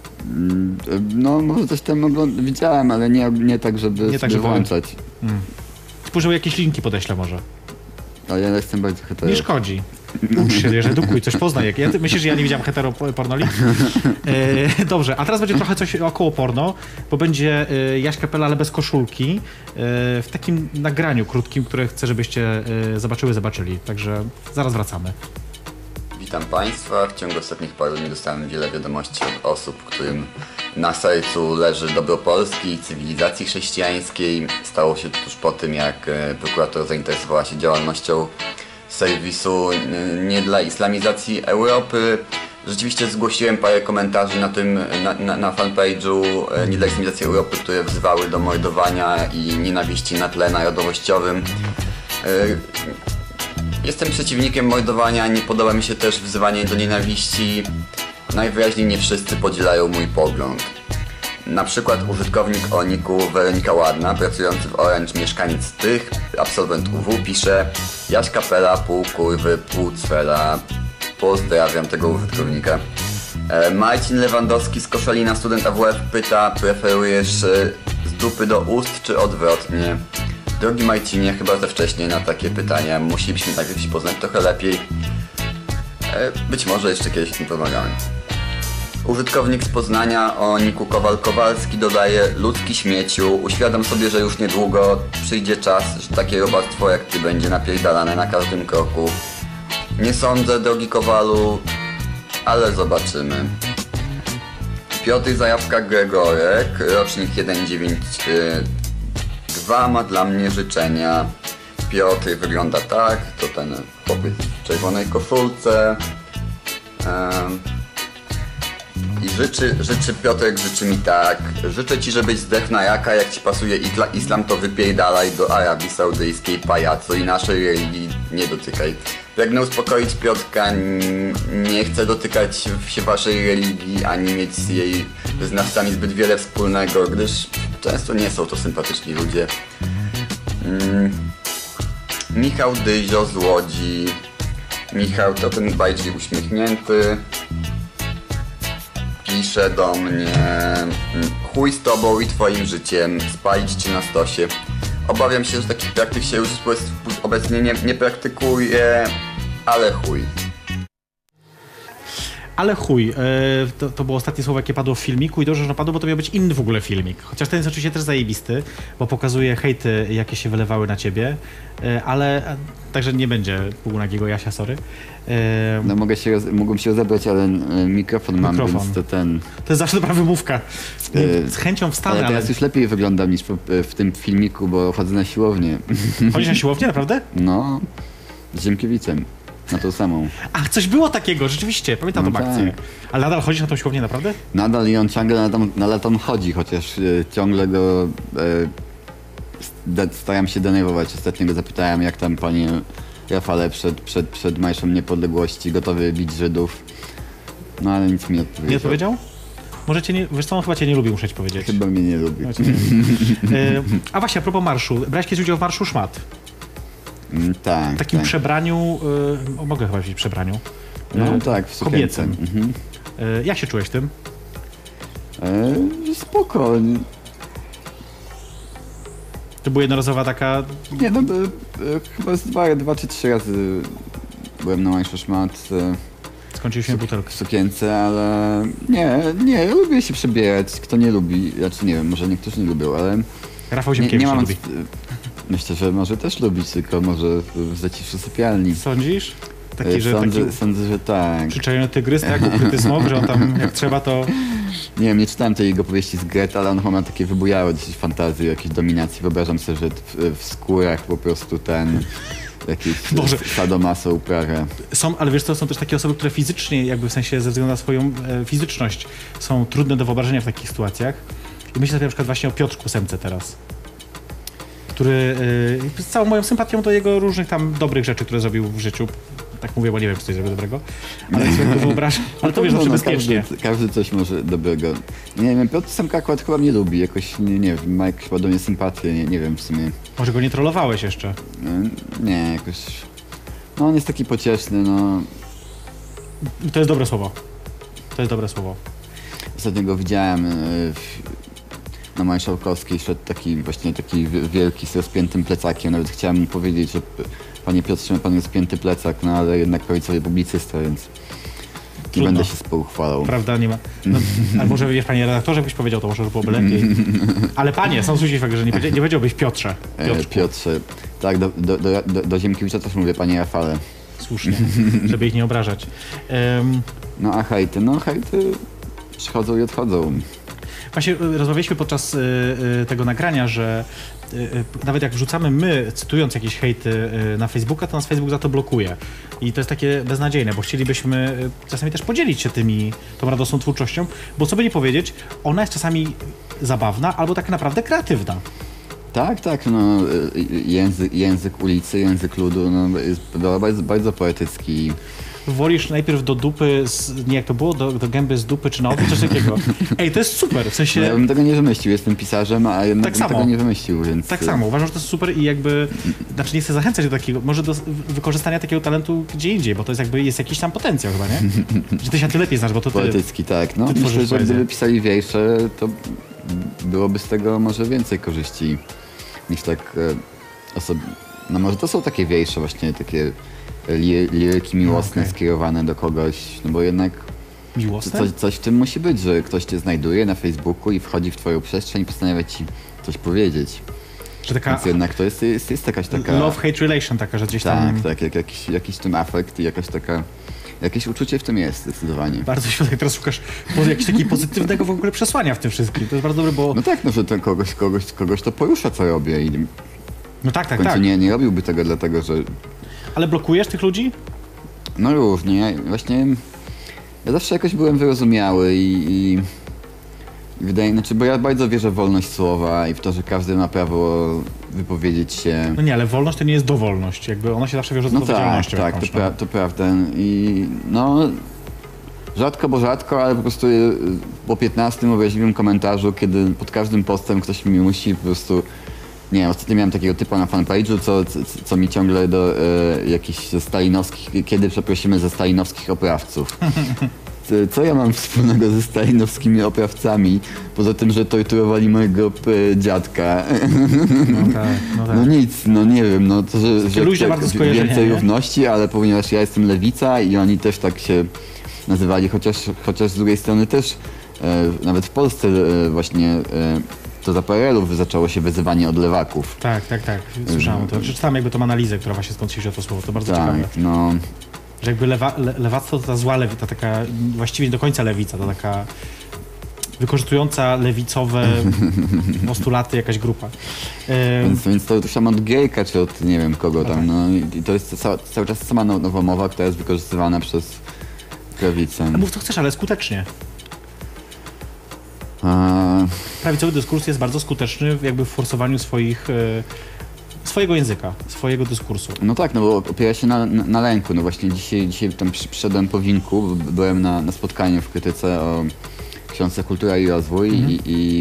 No, może coś tam ogląd- widziałem, ale nie, nie tak, żeby Nie sobie tak, żeby- włączać. Hmm. Później jakieś linki podeślę może. Ale ja jestem bardzo hetero. Nie szkodzi. Ucz się, że edukuj, coś poznaj. Jak ja, ty myślisz, że ja nie widziałem hetero pornoli? E, dobrze, a teraz będzie trochę coś około porno, bo będzie e, Jaś Kapela, ale bez koszulki, e, w takim nagraniu krótkim, które chcę, żebyście e, zobaczyły, zobaczyli. Także zaraz wracamy. Witam Państwa. W ciągu ostatnich paru dni dostałem wiele wiadomości od osób, którym na sercu leży dobro Polski i cywilizacji chrześcijańskiej. Stało się to tuż po tym, jak e, prokurator zainteresowała się działalnością serwisu e, nie dla islamizacji Europy. Rzeczywiście zgłosiłem parę komentarzy na tym, na, na, na fanpage'u e, nie dla islamizacji Europy, które wzywały do mordowania i nienawiści na tle narodowościowym. E, Jestem przeciwnikiem mordowania, nie podoba mi się też wzywanie do nienawiści. Najwyraźniej nie wszyscy podzielają mój pogląd. Na przykład użytkownik o niku Weronika Ładna, pracujący w Orange, mieszkaniec tych, absolwent U W, pisze: Jaś Kapela, pół kurwy, pół cfela. Pozdrawiam tego użytkownika. E, Marcin Lewandowski z Koszalina, student A W F, pyta: preferujesz e, z dupy do ust czy odwrotnie? Drogi Marcinie, chyba za wcześnie na takie pytania. Musielibyśmy najpierw się poznać trochę lepiej. E, być może jeszcze kiedyś o tym porozmawiamy. Użytkownik z Poznania o niku Kowal-Kowalski dodaje: ludzki śmieciu, uświadam sobie, że już niedługo przyjdzie czas, że takie robactwo jak ty będzie napierdalane na każdym kroku. Nie sądzę, drogi Kowalu, ale zobaczymy. Piotr Zajawka-Gregorek, rocznik jeden dziewięć dwa, ma dla mnie życzenia. Piotr wygląda tak, to ten chłopiec w czerwonej koszulce. Um, I życzy, życzy Piotrek, życzy mi tak: życzę ci, żebyś zdechł na jaka, jak ci pasuje itla, islam, to wypierdalaj do Arabii Saudyjskiej, pajacu, i naszej religii nie dotykaj. Pragnę uspokoić Piotrka, nie chcę dotykać się waszej religii, ani mieć z jej wyznawcami zbyt wiele wspólnego, gdyż często nie są to sympatyczni ludzie. Mm. Michał Dyzio z Łodzi. Michał to ten bardziej uśmiechnięty. Pisze do mnie: chuj z tobą i twoim życiem, spalić cię na stosie. Obawiam się, że takich praktyk się już obecnie nie, nie praktykuje, ale chuj. Ale chuj, e, to, to było ostatnie słowo, jakie padło w filmiku i dobrze, że padło, bo to miał być inny w ogóle filmik. Chociaż ten jest oczywiście też zajebisty, bo pokazuje hejty, jakie się wylewały na ciebie, e, ale a, także nie będzie półnagiego Jasia, sorry. E, No mogę się, roz, mógłbym się rozebrać, ale e, mikrofon mam, Mikrofon. więc to ten... to jest zawsze dobra wymówka. Nie, E, z chęcią wstanę, Ale ale... teraz już lepiej wyglądam niż po- w tym filmiku, bo chodzę na siłownię. Chodzisz na siłownię, naprawdę? No, z Ziemkiewiczem. Na tą samą. Ach, coś było takiego, rzeczywiście, pamiętam No tą tak. akcję. Ale nadal chodzisz na tą siłownię, naprawdę? Nadal i on ciągle na tam, nadal tam chodzi, chociaż e, ciągle go e, de, staram się denerwować. Ostatnio go zapytałem, jak tam panie Rafale przed, przed, przed Marszem Niepodległości, gotowy bić Żydów. No ale nic mi nie odpowiedział. Nie odpowiedział? Może cię nie... Wiesz co, on chyba cię nie lubi, muszę ci powiedzieć. Chyba mnie nie lubi. Chyba cię nie lubi. E, a właśnie, a propos marszu. Brałeś kiedyś udział w Marszu Szmat. Mm, tak, W takim tak. przebraniu... E, o, mogę chyba powiedzieć przebraniu. No E, tak, w sukience. kobiecym. Mhm. E, jak się czułeś w tym? E, spoko. To była jednorazowa taka... Nie no, e, e, chyba z dwa, dwa czy trzy razy byłem na Marszu Szmat e, Skończyliśmy butelkę. w sukience, ale nie, nie, ja lubię się przebierać. Kto nie lubi, znaczy nie wiem, może niektórzy nie lubią, ale Rafał nie, Ziemkiewicz nie nie, mam... lubi. Myślę, że może też lubić, tylko może w zaciszu sypialni. Sądzisz? Taki, E, że sądzę, taki sądzę, że tak. przyczajony tygrys, tak? Ukryty smok, że on tam jak trzeba to... Nie wiem, nie czytałem tej jego powieści z Greta, ale on chyba ma takie wybujałe dosyć fantazje, jakieś dominacji. Wyobrażam sobie, że w, w skórach po prostu ten jakiś Boże. sadomaso uprawia. Są, ale wiesz co, są też takie osoby, które fizycznie, jakby w sensie ze względu na swoją e, fizyczność, są trudne do wyobrażenia w takich sytuacjach. I myślę sobie na przykład właśnie o Piotrku Semce teraz, który e, z całą moją sympatią do jego różnych tam dobrych rzeczy, które zrobił w życiu. Tak mówię, bo nie wiem, czy coś zrobił dobrego, ale sobie to wyobrażam. Ale to wiesz, no, zawsze no, bezpiecznie. każdy, każdy coś może dobrego. Nie wiem, Piotr Semka akurat chyba mnie lubi, jakoś, nie, nie wiem, ma jakąś chyba do mnie sympatię, nie, nie wiem w sumie. Może go nie trollowałeś jeszcze. Nie, jakoś... No on jest taki pocieszny, no. To jest dobre słowo. To jest dobre słowo. Ostatnio go widziałem y, w, na Marszałkowskiej, szedł taki właśnie taki wi- wielki z rozpiętym plecakiem. Nawet chciałem mu powiedzieć, że p- panie Piotrze, ma pan rozpięty plecak, no ale jednak prawicowy publicysta, więc nie Trudno. będę się spochwalał. Prawda, nie ma. No, ale może wiesz, panie redaktorze, byś powiedział, to może już byłoby lepiej. Ale panie, są słusznie fakt, że nie, powiedzia- nie powiedziałbyś Piotrze. E, Piotrku. Piotrze, tak, do, do, do, do, do Ziemkiewicza też mówię, panie Rafale. Słusznie, żeby ich nie obrażać. Um, No a hejty, no hejty przychodzą i odchodzą. Właśnie y, rozmawialiśmy podczas y, y, tego nagrania, że y, y, nawet jak wrzucamy my, cytując jakieś hejty y, na Facebooka, to nas Facebook za to blokuje. I to jest takie beznadziejne, bo chcielibyśmy y, czasami też podzielić się tymi, tą radosną twórczością, bo co by nie powiedzieć, ona jest czasami zabawna albo tak naprawdę kreatywna. Tak, tak, no y, język, język ulicy, język ludu, no jest bardzo, bardzo poetycki. Wolisz najpierw do dupy, z, nie jak to było, do, do gęby z dupy czy na obu, coś takiego. Ej, to jest super, w sensie... No, ja bym tego nie wymyślił, jestem pisarzem, a jednak Tak bym samo. tego nie wymyślił, więc... Tak samo, uważam, że to jest super i jakby, znaczy nie chcę zachęcać do takiego, może do wykorzystania takiego talentu gdzie indziej, bo to jest jakby, jest jakiś tam potencjał chyba, nie? Że ty się ty lepiej znasz, bo to ty... Poetycki, tak. No ty tworzysz myślę, że poezję. gdyby pisali wiersze, to byłoby z tego może więcej korzyści niż tak e, osob... No może to są takie wiersze właśnie, takie li, liryki miłosne Okej. skierowane do kogoś, no bo jednak Miłosne? coś, coś w tym musi być, że ktoś cię znajduje na Facebooku i wchodzi w twoją przestrzeń i postanawia ci coś powiedzieć. Że taka Więc jednak to jest, jest, jest jakaś taka... love-hate relation taka, że gdzieś tam... Tak, tak, jak, jakiś, jakiś w tym afekt i jakaś taka... Jakieś uczucie w tym jest, zdecydowanie. Bardzo świetnie, teraz szukasz jakiegoś takiego pozytywnego w ogóle przesłania w tym wszystkim. To jest bardzo dobre, bo... No tak, no że ten kogoś, kogoś, kogoś to porusza, co robię i w No tak, tak, końcu tak. nie, nie robiłby tego dlatego, że... Ale blokujesz tych ludzi? No różnie, ja właśnie... Ja zawsze jakoś byłem wyrozumiały i... i... i wydaje, znaczy, bo ja bardzo wierzę w wolność słowa i w to, że każdy ma prawo wypowiedzieć się. No nie, ale wolność to nie jest dowolność. Jakby ona się zawsze wiąże z No tak, odpowiedzialnością tak, to, jakąś, pra, to prawda. I no... Rzadko, bo rzadko, ale po prostu y, po piętnastym obraźliwym komentarzu, kiedy pod każdym postem ktoś mi musi po prostu... Nie wiem, ostatnio miałem takiego typa na fanpage'u, co, co, co mi ciągle do e, jakichś ze stalinowskich, kiedy przeprosimy ze stalinowskich oprawców. Co, co ja mam wspólnego ze stalinowskimi oprawcami, poza tym, że torturowali mojego e, dziadka. No tak, no tak. No nic, no nie wiem, no to, że, że luźne tak bardzo skojarzenia, więcej nie? równości, ale ponieważ ja jestem lewica i oni też tak się nazywali, chociaż, chociaż z drugiej strony też e, nawet w Polsce e, właśnie e, to za P R L u zaczęło się wyzywanie od lewaków. Tak, tak, tak. Słyszałem o tym. Czytałem jakby tą analizę, która właśnie skąd się wzięło to słowo. To bardzo Tak, ciekawe. no. Że jakby lewa, le, lewactwo to ta zła lewica, taka właściwie nie do końca lewica, to taka wykorzystująca lewicowe postulaty jakaś grupa. Ym, Więc, więc to już od Gierka, czy od nie wiem kogo No tam, tak. no i to jest ca, cały czas sama now- nowa mowa, która jest wykorzystywana przez prawicę. mów co chcesz, ale skutecznie. A, Prawicowy dyskurs jest bardzo skuteczny w jakby w forsowaniu swoich, e, swojego języka, swojego dyskursu. no tak, no bo opiera się na, na, na lęku. No właśnie dzisiaj, dzisiaj tam przy- przyszedłem po winku, b- byłem na, na spotkaniu w krytyce o książce Kultura i Rozwój Mhm. i, i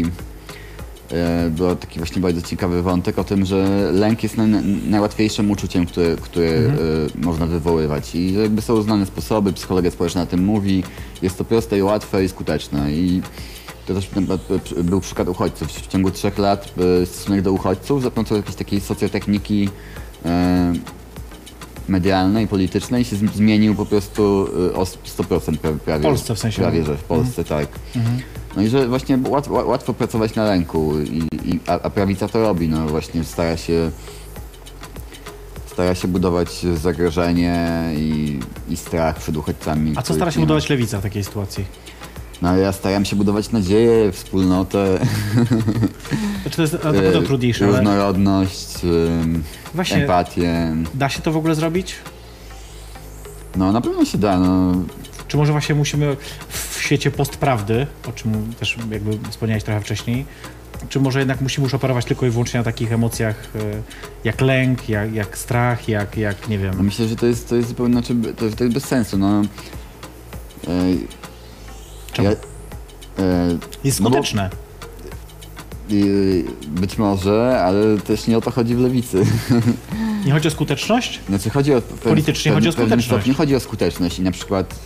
e, był taki właśnie bardzo ciekawy wątek o tym, że lęk jest na, na, najłatwiejszym uczuciem, które, które Mhm. e, można wywoływać i że jakby są znane sposoby, psychologia społeczna o tym mówi, jest to proste i łatwe i skuteczne. I to też na przykład był przykład uchodźców. W ciągu trzech lat e, stosunek do uchodźców za pomocą jakiejś takiej socjotechniki e, medialnej, politycznej się z- zmienił po prostu e, o sto procent pra- prawie. W Polsce w sensie. Prawie, że w Polsce, tak. No i że właśnie łat, łat- łatwo pracować na lęku, i, i, a, a prawica to robi, no właśnie stara się stara się budować zagrożenie i, i strach przed uchodźcami. A co których stara się nie ma. budować lewica w takiej sytuacji? No ale ja staram się budować nadzieję, wspólnotę, Znaczy to jest na pewno e, trudniejsze, ale różnorodność, em, właśnie empatię. da się to w ogóle zrobić? No na pewno się da, no. Czy może właśnie musimy w świecie postprawdy, o czym też jakby wspomniałeś trochę wcześniej, czy może jednak musimy już operować tylko i wyłącznie na takich emocjach e, jak lęk, jak, jak strach, jak, jak nie No wiem. myślę, że to jest, to jest zupełnie, znaczy, to, to jest bez sensu, no. E, Czemu? ja- e, Jest no bo- skuteczne. i- być może, ale też nie o to chodzi w lewicy. Nie chodzi o skuteczność? Znaczy chodzi o... w pewnym- Politycznie w chodzi o pewnym skuteczność. stopniu chodzi o skuteczność i na przykład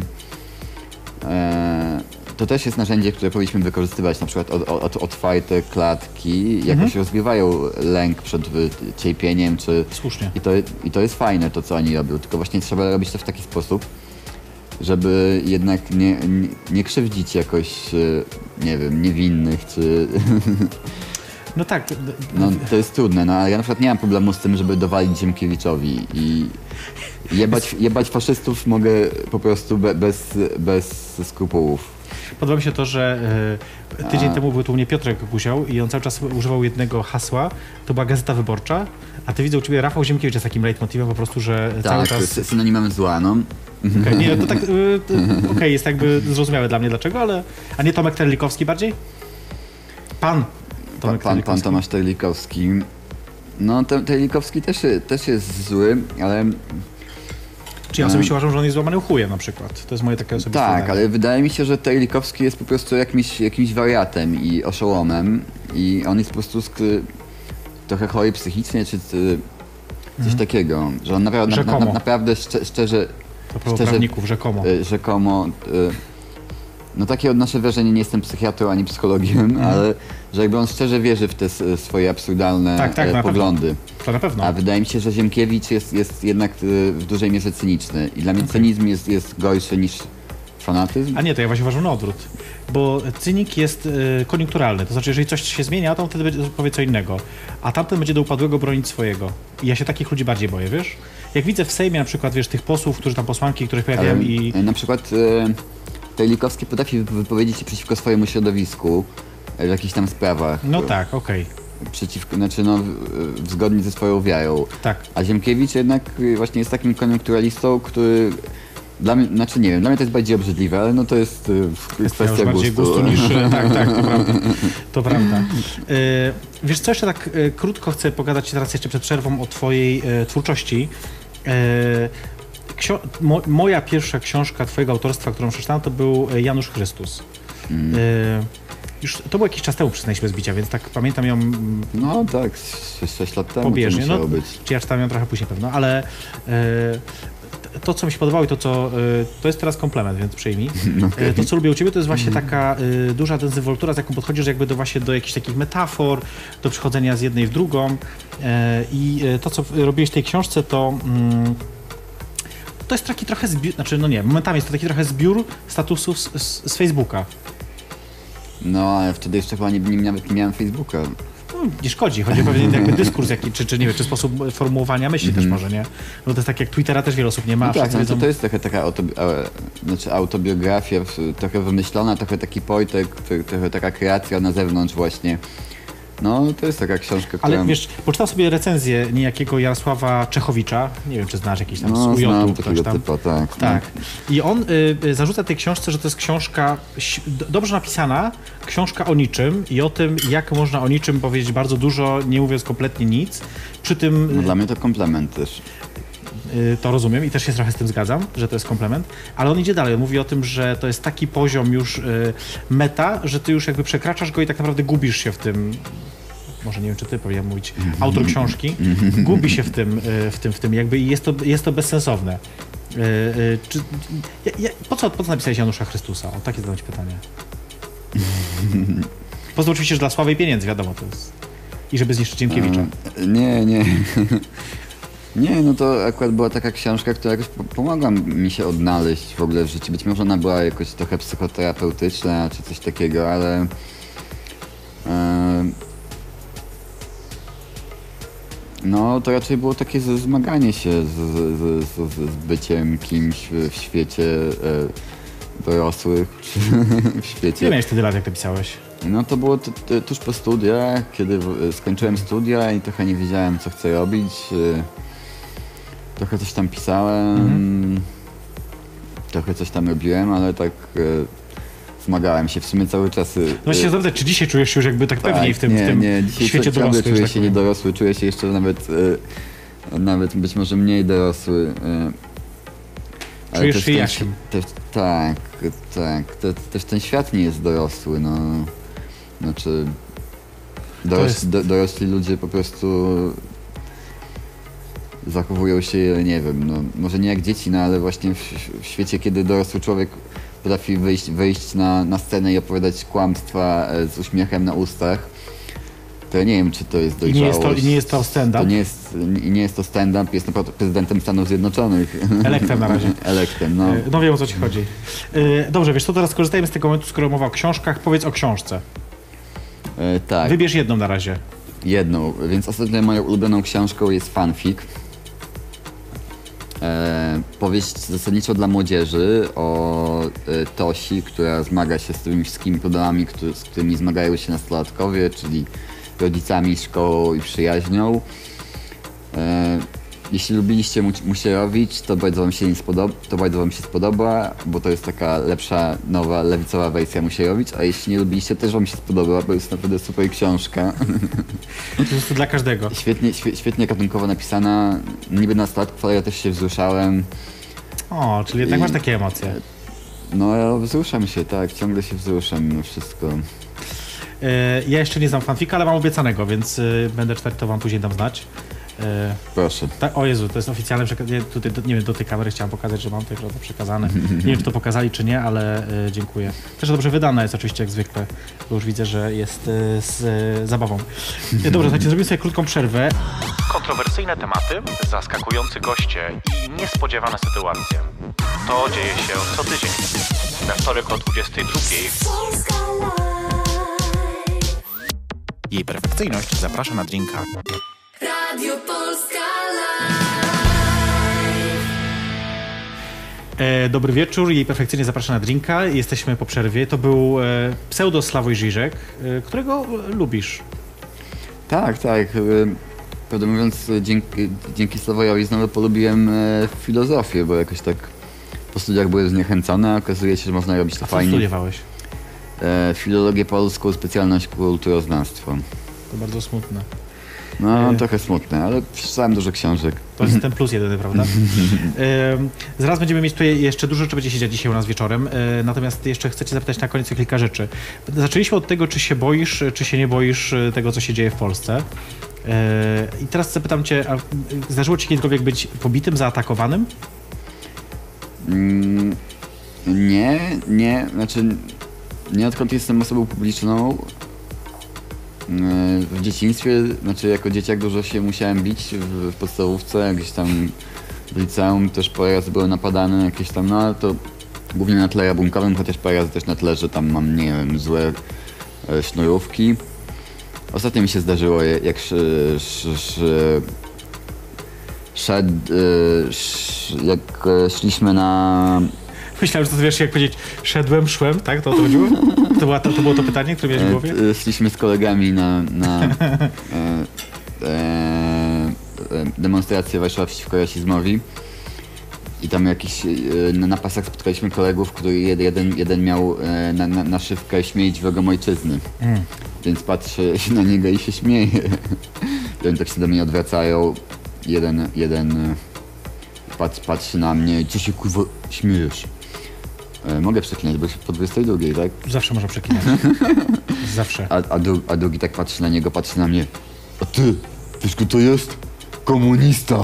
e, e, to też jest narzędzie, które powinniśmy wykorzystywać, na przykład od, od, otwarte klatki jakoś Mhm. rozwiewają lęk przed y, cierpieniem, czy... Słusznie. I to, I to jest fajne, to co oni robią, tylko właśnie trzeba robić to w taki sposób, żeby jednak nie, nie, nie krzywdzić jakoś, y, nie wiem, niewinnych, czy... No tak, d- d- No to jest trudne, no ale ja na przykład nie mam problemu z tym, żeby dowalić Ziemkiewiczowi i jebać, jebać faszystów mogę po prostu be, bez, bez skrupułów. podoba mi się to, że e, tydzień A. temu był tu u mnie Piotrek Kusiał i on cały czas używał jednego hasła, to była Gazeta Wyborcza, a ty widzę u ciebie Rafał Ziemkiewicz jest takim leitmotivem po prostu, że cały Tak, czas... sy- synonimem zła, no. Okay, nie, to tak, y, y, okej, jest jakby zrozumiałe dla mnie dlaczego, ale... A nie Tomek Terlikowski bardziej? Pan Pan, Tomek pan, pan Terlikowski. Tomasz Terlikowski. No, Te- Terlikowski też, też jest zły, ale Czy ja osobiście uważam, że on jest złamanym chujem na przykład. To jest moje takie osobiste tak, zdanie. ale wydaje mi się, że Terlikowski jest po prostu jakimś, jakimś wariatem i oszołomem i on jest po prostu sk- trochę chory psychicznie, czy czy coś takiego, że on naprawdę, na, na, Rzekomo. naprawdę szcze, szczerze, To prawo szczerze- prawników, rzekomo. y, rzekomo, y, no takie odnoszę wrażenie, nie jestem psychiatrą ani psychologiem, Mhm. ale że jakby on szczerze wierzy w te s- swoje absurdalne Tak, tak, e, na pewno. poglądy. To na pewno. A wydaje mi się, że Ziemkiewicz jest, jest jednak y, w dużej mierze cyniczny i dla mnie Okej. cynizm jest, jest gorszy niż fanatyzm. A nie, to ja właśnie uważam na odwrót. Bo cynik jest y, koniunkturalny. To znaczy, jeżeli coś się zmienia, to on wtedy będzie, powie co innego. A tamten będzie do upadłego bronić swojego. I ja się takich ludzi bardziej boję, wiesz? Jak widzę w Sejmie na przykład, wiesz, tych posłów, którzy tam posłanki, których Ale pojawiają i... y, na przykład y, Terlikowski potrafi wypowiedzieć się przeciwko swojemu środowisku y, w jakichś tam sprawach. No Y, tak, okej. Przeciwko, znaczy no, w- w- zgodnie ze swoją wiarą. Tak. A Ziemkiewicz jednak y, właśnie jest takim koniunkturalistą, który dla mnie, znaczy nie wiem, dla mnie to jest bardziej obrzydliwe, ale no to jest y, Kwestia już kwestia bardziej gustu. gustu niż... Tak, tak, to prawda. To prawda. Y, wiesz co, jeszcze tak y, krótko chcę pogadać ci teraz jeszcze przed przerwą o twojej y, twórczości. Y, ksio- mo, moja pierwsza książka twojego autorstwa, którą przeczytałem, to był Janusz Chrystus. Mm. Y, już to było jakiś czas temu, przyznaj się bez bicia, więc tak pamiętam ją mm, No tak, sześć lat temu pobieżnie. to No, musiało być. czy ja czytałem ją trochę później pewno, ale e, t- to, co mi się podobało i to, co... E, to jest teraz komplement, więc przyjmij. E, to, co lubię u ciebie, to jest właśnie taka e, duża dezynwoltura, z jaką podchodzisz jakby do właśnie do jakichś takich metafor, do przechodzenia z jednej w drugą. E, I e, to, co robiłeś w tej książce, to... Mm, to jest taki trochę zbiór, znaczy no nie, momentami jest to taki trochę zbiór statusów z, z, z Facebooka. No, ale wtedy jeszcze chyba nie, nie, nawet nie miałem Facebooka. No, nie szkodzi, chodzi o pewien jakby dyskurs, jaki, czy, czy nie wiem, czy sposób formułowania myśli też może, nie? No to jest tak jak Twittera też wiele osób nie ma. No tak, wszyscy no to, wiedzą- to jest trochę taka autobi- e, znaczy autobiografia, w- trochę wymyślona, trochę taki Pojtek, tro- trochę taka kreacja na zewnątrz właśnie. No, to jest taka książka, która... Ale wiesz, poczytałem sobie recenzję niejakiego Jarosława Czechowicza, nie wiem, czy znasz jakiś tam no, z U znam J-u, ktoś takiego tam. typa, tak. Tak. I on y, y, zarzuca tej książce, że to jest książka ś- d- dobrze napisana, książka o niczym i o tym, jak można o niczym powiedzieć bardzo dużo, nie mówiąc kompletnie nic. Przy tym No, dla mnie to komplement też. y, to rozumiem i też się trochę z tym zgadzam, że to jest komplement, ale on idzie dalej. Mówi o tym, że to jest taki poziom już y, meta, że ty już jakby przekraczasz go i tak naprawdę gubisz się w tym. Może nie wiem, czy ty powinienem mówić, autor książki, gubi się w tym, y, w tym, w tym jakby i jest to, jest to bezsensowne. Y, y, czy, ja, ja, po, co, po co napisałeś Janusza Chrystusa? O takie zadam ci pytanie. Poza oczywiście, że dla sławy i pieniędzy, wiadomo, to jest. I żeby zniszczyć Ziemkiewicza. E, Nie, nie. Nie, no to akurat była taka książka, która jakoś po- pomogła mi się odnaleźć w ogóle w życiu. Być może ona była jakoś trochę psychoterapeutyczna czy coś takiego, ale... E, no to raczej było takie z- zmaganie się z, z, z, z, z byciem kimś w, w świecie e, dorosłych, czy w świecie... Ile miałeś wtedy lat, jak to pisałeś? No to było t- t- tuż po studiach, kiedy w- skończyłem studia i trochę nie wiedziałem, co chcę robić. y, Trochę coś tam pisałem, Mhm. trochę coś tam robiłem, ale tak y, zmagałem się w sumie cały czas. y, No właśnie y, zapytać, czy dzisiaj czujesz się już jakby tak pewniej w tym, nie, w tym nie, dzisiaj świecie ciągle dorosłych? czuję że tak się powiem. niedorosły, czuję się jeszcze nawet, y, nawet być może mniej dorosły. y, ale Czujesz też się ten jakim? świ- Też, tak, tak. Te, też ten świat nie jest dorosły, no. Znaczy... Doros, jest- do, dorośli ludzie po prostu zachowują się, nie wiem, no, może nie jak dzieci, no ale właśnie w, w świecie, kiedy dorosły człowiek potrafi wyjść, wyjść na, na scenę i opowiadać kłamstwa e, z uśmiechem na ustach, to ja nie wiem, czy to jest I dojrzałość. nie jest to, i nie jest to stand-up? To nie jest, i nie jest to stand-up, jest naprawdę prezydentem Stanów Zjednoczonych. Elektem na razie. Elektem, no. E, No wiem, o co ci chodzi. E, Dobrze, wiesz co, teraz skorzystajmy z tego momentu, skoro mowa o książkach, powiedz o książce. E, tak. Wybierz jedną na razie. Jedną, więc ostatnio moją ulubioną książką jest fanfic. E, powieść zasadniczo dla młodzieży o e, Tosi, która zmaga się z tymi wszystkimi problemami, który, z którymi zmagają się nastolatkowie, czyli rodzicami, szkołą i przyjaźnią. E, jeśli lubiliście Mu- Musierowicz, to bardzo wam się nie spodoba, to bardzo wam się spodoba, bo to jest taka lepsza, nowa, lewicowa wersja Musierowicz, a jeśli nie lubiliście, też wam się spodoba, bo jest naprawdę super książka. To jest dla każdego. Świetnie, świe, świetnie gatunkowo napisana, niby na nastolatków, ale ja też się wzruszałem. O, czyli jednak I- masz takie emocje. No ja wzruszam się, tak, ciągle się wzruszam mimo wszystko. E, Ja jeszcze nie znam fanfika, ale mam obiecanego, więc e, będę czytać, to wam później dam znać. E, Proszę. Tak, o Jezu, to jest oficjalne przekazanie. Tutaj, do, nie wiem, do tej kamery chciałem pokazać, że mam tutaj to przekazane. Nie wiem, czy to pokazali, czy nie, ale e, dziękuję. Też dobrze wydane jest oczywiście, jak zwykle, bo już widzę, że jest e, z e, zabawą. E, dobrze, słuchajcie, zrobimy sobie krótką przerwę. Kontrowersyjne tematy, zaskakujący goście i niespodziewane sytuacje. To dzieje się co tydzień. We wtorek o dwudziestej drugiej. Polska Live. Jej perfekcyjność zaprasza na drinka. Radio Polska Live. E, dobry wieczór, jej perfekcyjnie zaprasza na drinka. Jesteśmy po przerwie. To był e, pseudo Sławoj Żyżek, e, którego e, lubisz. Tak, tak. y, Prawdę mówiąc, y, dzięki, dzięki Sławojowi znowu polubiłem e, filozofię, bo jakoś tak po studiach byłem zniechęcony, a okazuje się, że można robić to A co fajnie. studiowałeś? E, filologię polską, specjalność kulturoznawstwo. To bardzo smutne. No, E. trochę smutne, ale przeczytałem dużo książek. To jest ten plus jedyny, prawda? Ym, Zaraz będziemy mieć tutaj jeszcze dużo rzeczy, będzie się dziać dzisiaj u nas wieczorem. Y, Natomiast jeszcze chcę cię zapytać na koniec o kilka rzeczy. Zaczęliśmy od tego, czy się boisz, czy się nie boisz y, tego, co się dzieje w Polsce. Y, I teraz zapytam cię, a y, zdarzyło ci kiedykolwiek być pobitym, zaatakowanym? Mm, nie, nie, znaczy nie odkąd jestem osobą publiczną. Yy, W dzieciństwie, znaczy jako dzieciak dużo się musiałem bić w, w podstawówce, gdzieś tam w liceum też parę razy byłem napadany jakieś tam, no ale to głównie na tle rabunkowym, chociaż parę razy też na tle, że tam mam, nie wiem, złe e, sznurówki. Ostatnio mi się zdarzyło, jak sz, sz, sz, szedł, e, sz, jak e, szliśmy na... Myślałem, że to wiesz, jak powiedzieć, szedłem, szłem, tak? To o to chodziło? To, była, to, to było to pytanie, które miałeś w głowie? E, szliśmy z kolegami na, na e, e, e, demonstrację Warszawa przeciwko rasizmowi. I tam jakiś, na, na pasach spotkaliśmy kolegów, który jeden, jeden miał e, na, na, naszywkę śmieć wrogom ojczyzny. Mm. Więc patrzę się na niego i się śmieje. I oni tak się do mnie odwracają. Jeden, jeden patrzy, patrzy na mnie, co się kurwa śmiejesz? E, mogę przeklinać, bo się po dwudziestej drugiej, tak? Zawsze można przeklinać. Zawsze. A, a, dru, a drugi tak patrzy na niego, patrzy na mnie. A ty, wiesz kto to jest? Komunista!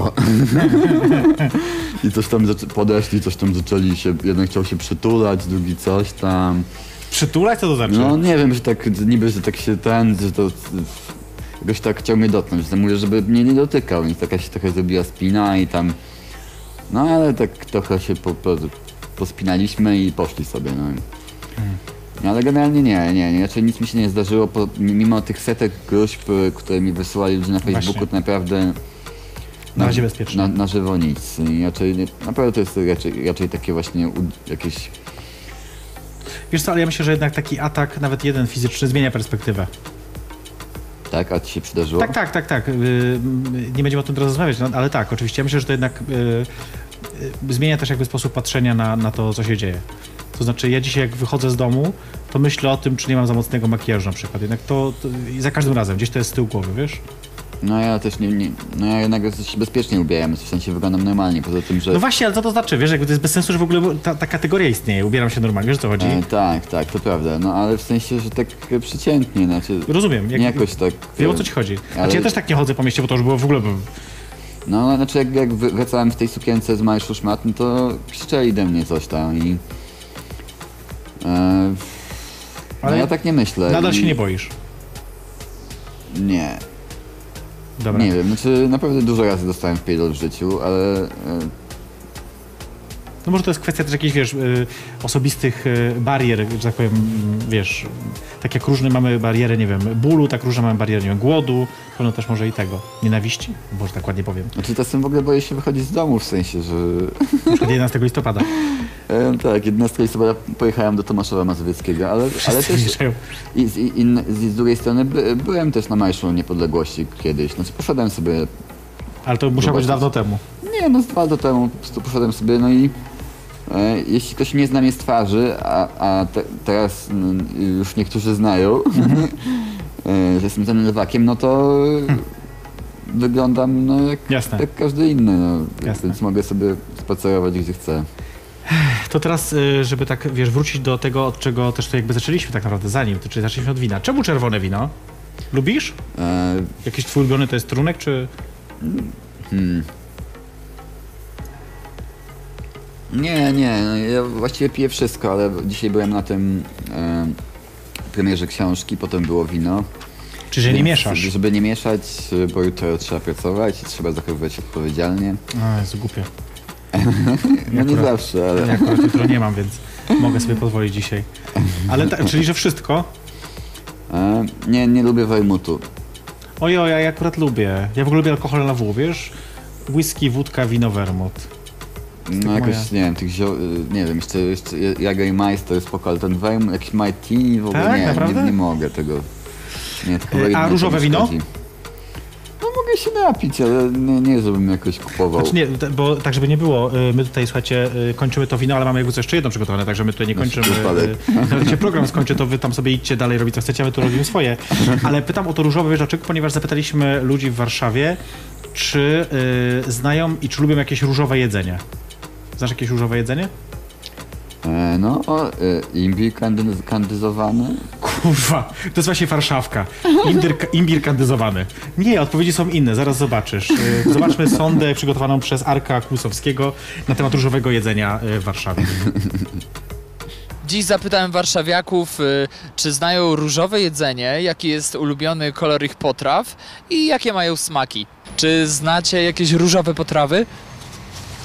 I coś tam podeszli, coś tam zaczęli się, jeden chciał się przytulać, drugi coś tam. Przytulać? Co to znaczy? No nie wiem, że tak, niby, że tak się ten, że to jakoś tak chciał mnie dotknąć, że mówię, żeby mnie nie dotykał, więc taka się trochę zrobiła spina i tam, no ale tak trochę się po, po, pospinaliśmy i poszli sobie, no. Hmm. No ale generalnie nie, nie, nie, raczej nic mi się nie zdarzyło, po, mimo tych setek gruźb, które mi wysyłali ludzie na Facebooku, Właśnie. to naprawdę... Na razie bezpiecznie. Na, na żywo nic. I raczej, nie, naprawdę to jest raczej, raczej takie właśnie u, jakieś... Wiesz co, ale ja myślę, że jednak taki atak, nawet jeden fizyczny, zmienia perspektywę. Tak? A ci się przydarzyło? Tak, tak, tak, tak. Yy, nie będziemy o tym teraz rozmawiać, no, ale tak, oczywiście. Ja myślę, że to jednak yy, yy, zmienia też jakby sposób patrzenia na, na to, co się dzieje. To znaczy, ja dzisiaj jak wychodzę z domu, to myślę o tym, czy nie mam za mocnego makijażu na przykład. Jednak to, to za każdym razem, gdzieś to jest z tyłu głowy, wiesz? No ja też nie, nie no ja jednak się bezpiecznie ubieram, w sensie wyglądam normalnie, poza tym, że... No właśnie, ale co to znaczy, wiesz, jakby to jest bez sensu, że w ogóle ta, ta kategoria istnieje, ubieram się normalnie, wiesz o co chodzi? E, tak, tak, to prawda, no ale w sensie, że tak przeciętnie, znaczy... Rozumiem. Jak, nie jakoś tak... Wiem, o co ci chodzi. Ale... Znaczy ja też tak nie chodzę po mieście, bo to już było w ogóle... No, znaczy jak, jak wracałem w tej sukience z Marszu Szmat, no to krzyczeli do mnie coś tam i... E, no ale ja tak nie myślę. Nadal i... się nie boisz? Nie. Dobra. Nie wiem, znaczy naprawdę dużo razy dostałem w pierdol w życiu, ale... E... No może to jest kwestia też jakichś, wiesz, y, osobistych y, barier, że tak powiem, y, wiesz, tak jak różne mamy bariery, nie wiem, bólu, tak różne mamy bariery, nie wiem, głodu, pewno też może i tego, nienawiści, może tak ładnie powiem. Znaczy czasem w ogóle boję się wychodzić z domu, w sensie, że... Na przykład jedenastego listopada. E, tak, jedenastego listopada pojechałem do Tomaszowa Mazowieckiego, ale, ale też... I z, i, i z drugiej strony by, byłem też na Marszu Niepodległości kiedyś, znaczy poszedłem sobie... Ale to musiało być dawno temu. Nie, no z dwa lata temu po prostu poszedłem sobie, no i e, jeśli ktoś nie zna mnie z twarzy, a, a te, teraz n, już niektórzy znają, mm-hmm. e, że jestem ten lewakiem, no to hmm. wyglądam no, jak, jak każdy inny, no, więc mogę sobie spacerować gdzie chcę. To teraz, żeby tak, wiesz, wrócić do tego, od czego też to jakby zaczęliśmy tak naprawdę, zanim, to czyli zaczęliśmy od wina. Czemu czerwone wino? Lubisz? E... Jakiś twój ulubiony to jest trunek, czy... Hmm. Nie, nie, no ja właściwie piję wszystko, ale dzisiaj byłem na tym e, premierze książki, potem było wino. Czy że nie mieszasz? Żeby nie mieszać, bo jutro trzeba pracować i trzeba zachowywać się odpowiedzialnie. A, jest głupie. No ja nie akurat, zawsze, ale... Ja akurat jutro nie mam, więc mogę sobie pozwolić dzisiaj. Ale ta, czyli, że wszystko? E, nie, nie lubię wermutu. Ojoj, ja akurat lubię. Ja w ogóle lubię alkohol na wół, wiesz? Whisky, wódka, wino, wermut. No jakoś, moja... nie wiem, tych zio... nie wiem, jeszcze, jeszcze Jägermeister to jest spoko, ale ten wermut, jakiś martini w ogóle tak, nie, naprawdę? nie, nie mogę tego. Nie, to chyba A różowe wino? Szkodzi. No mogę się napić, ale nie, nie żebym jakoś kupował. Znaczy nie, bo tak żeby nie było, my tutaj, słuchajcie, kończymy to wino, ale mamy jakby co jeszcze jedno przygotowane, także my tutaj nie kończymy. Nawet się program skończy, to wy tam sobie idźcie dalej robić co chcecie, a my tu robimy swoje. Ale pytam o to różowe, wiesz dlaczego? Ponieważ zapytaliśmy ludzi w Warszawie, czy y, znają i czy lubią jakieś różowe jedzenie. Znasz jakieś różowe jedzenie? E, no, o, e, imbir kandy- kandyzowany. Kurwa, to jest właśnie Warszawka. Imbir, imbir kandyzowany. Nie, odpowiedzi są inne, zaraz zobaczysz. E, zobaczmy sondę przygotowaną przez Arka Kłusowskiego na temat różowego jedzenia w Warszawie. Dziś zapytałem warszawiaków, y, czy znają różowe jedzenie, jaki jest ulubiony kolor ich potraw i jakie mają smaki. Czy znacie jakieś różowe potrawy?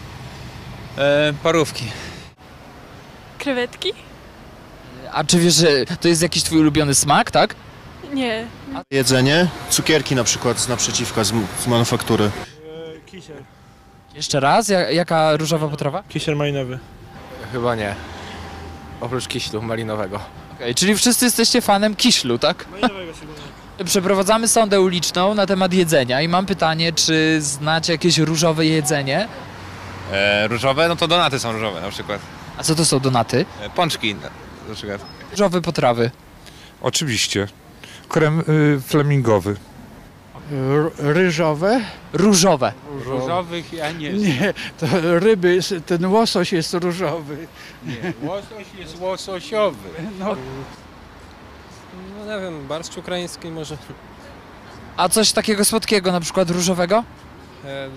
E, parówki. Krewetki? A czy wiesz, że to jest jakiś twój ulubiony smak, tak? Nie. Jedzenie, cukierki na przykład z naprzeciwka, z, z manufaktury. Kisiel. Jeszcze raz, ja, jaka różowa potrawa? Kisiel malinowy. Chyba nie. Oprócz kiślu malinowego. Okej, czyli wszyscy jesteście fanem kiślu, tak? Malinowego szczególnie. Przeprowadzamy sondę uliczną na temat jedzenia i mam pytanie, czy znacie jakieś różowe jedzenie? E, różowe? No to donaty są różowe na przykład. A co to są donaty? E, pączki na, na przykład. Różowe potrawy. Oczywiście. Krem y, flamingowy. Ryżowe? Różowe. Różowych ja nie znam. Nie, to ryby, ten łosoś jest różowy. Nie, łosoś jest łososiowy. No, no nie wiem, barszcz ukraiński może. A coś takiego słodkiego, na przykład różowego? E,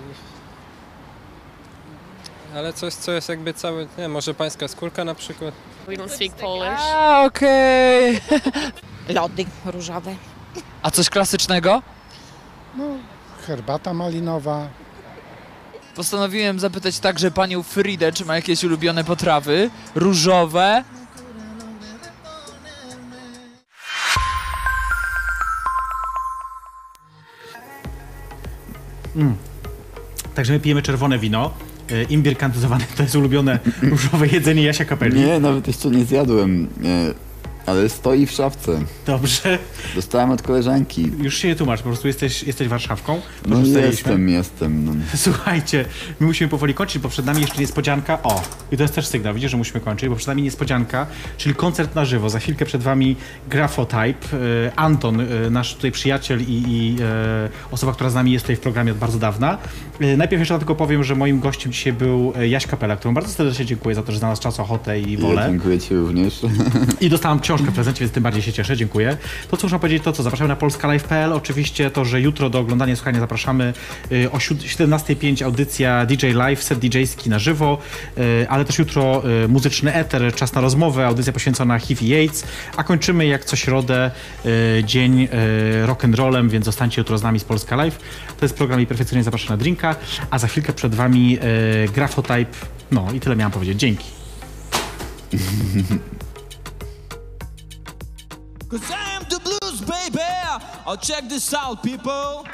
ale coś, co jest jakby cały, nie może pańska skórka na przykład. We don't speak Polish. A, okej. Lody różowe. A coś klasycznego? No, herbata malinowa. Postanowiłem zapytać także panią Fridę, czy ma jakieś ulubione potrawy różowe. Mm. Także my pijemy czerwone wino. E, Imbir kandyzowany to jest ulubione różowe jedzenie Jasia Kapeli. Nie, nawet jeszcze nie zjadłem, e, ale stoi w szafce. Dobrze. Dostałem od koleżanki. Już się nie tłumacz, po prostu jesteś, jesteś warszawką. No Ustaliliśmy. jestem, jestem. No. Słuchajcie, my musimy powoli kończyć, bo przed nami jeszcze niespodzianka. O, i to jest też sygnał, widzisz, że musimy kończyć, bo przed nami niespodzianka, czyli koncert na żywo. Za chwilkę przed wami Grafotype. E, Anton, e, nasz tutaj przyjaciel i, i e, osoba, która z nami jest tutaj w programie od bardzo dawna. E, najpierw jeszcze tylko powiem, że moim gościem dzisiaj był Jaś Kapela, któremu bardzo serdecznie dziękuję za to, że znalazł czas, ochotę i wolę. Ja dziękuję ci również. I dostałam książkę w prezencie, więc tym bardziej się cieszę, dziękuję. To, co muszę powiedzieć, to co, zapraszamy na polskalive kropka p l. Oczywiście to, że jutro do oglądania i słuchania zapraszamy y, o siedemnasta pięć audycja D J Live, set didżejski na żywo, y, ale też jutro y, muzyczny eter, czas na rozmowę, audycja poświęcona H I V i AIDS, a kończymy jak co środę y, dzień y, rock'n'rollem, więc zostańcie jutro z nami z Polska Live. To jest program i perfekcyjnie zapraszam na drinka, a za chwilkę przed wami y, Grafotype. No i tyle miałam powiedzieć. Dzięki. Cause I am the blues, baby. Oh, check this out, people.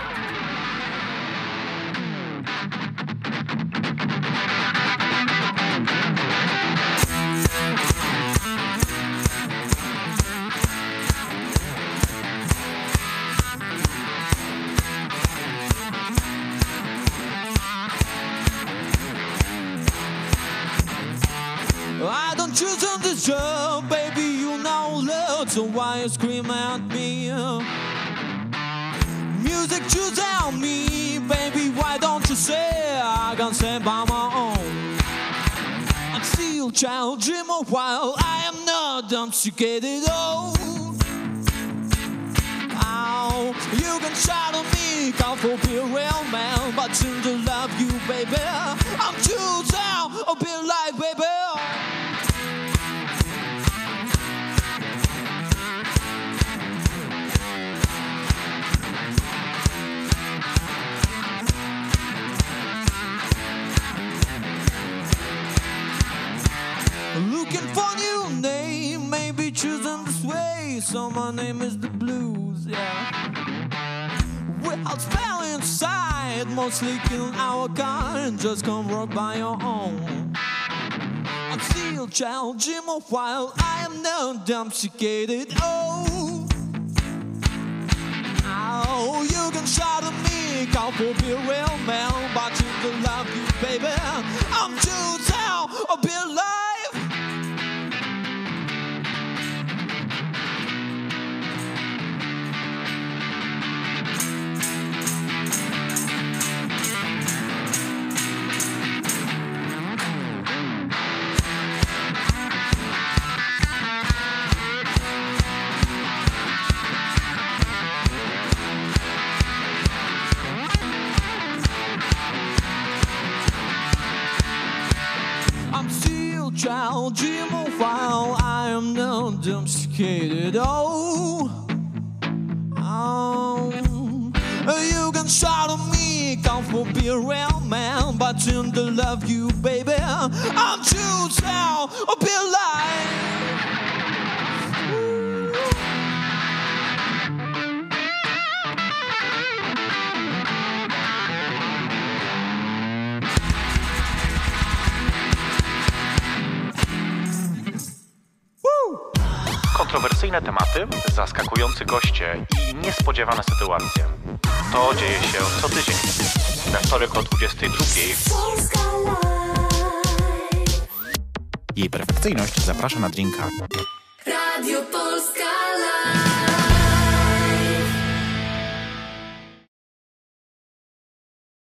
I don't choose on this job, baby, you know love, so why you scream at me? Music choose on me, baby, why don't you say I can stand by my own? I'm still child dream a while, I am not domesticated, oh. Oh, you can shout at me, call for be a real man, but soon to love you, baby, I'm too down, a bit like, baby. Looking for a new name, maybe choosing this way. So my name is the blues, yeah. Well, fell inside, mostly killing our kind. Just come work by your own. I'm still challenging a while. I am not domesticated. Oh, oh, you can shout at me, call for be a real man, but you to love you, baby. I'm too down, a bit alive. I'm still child dream a while. I am not domesticated. Oh, oh, you can shout at me, off will be a real man, but soon to love you, baby. I'm too sound, I'll be alive. Kontrowersyjne tematy, zaskakujący goście i niespodziewane sytuacje. To dzieje się co tydzień. We wtorek o dwudziestej drugiej. Jej perfekcyjność zaprasza na drinka. Radio Polska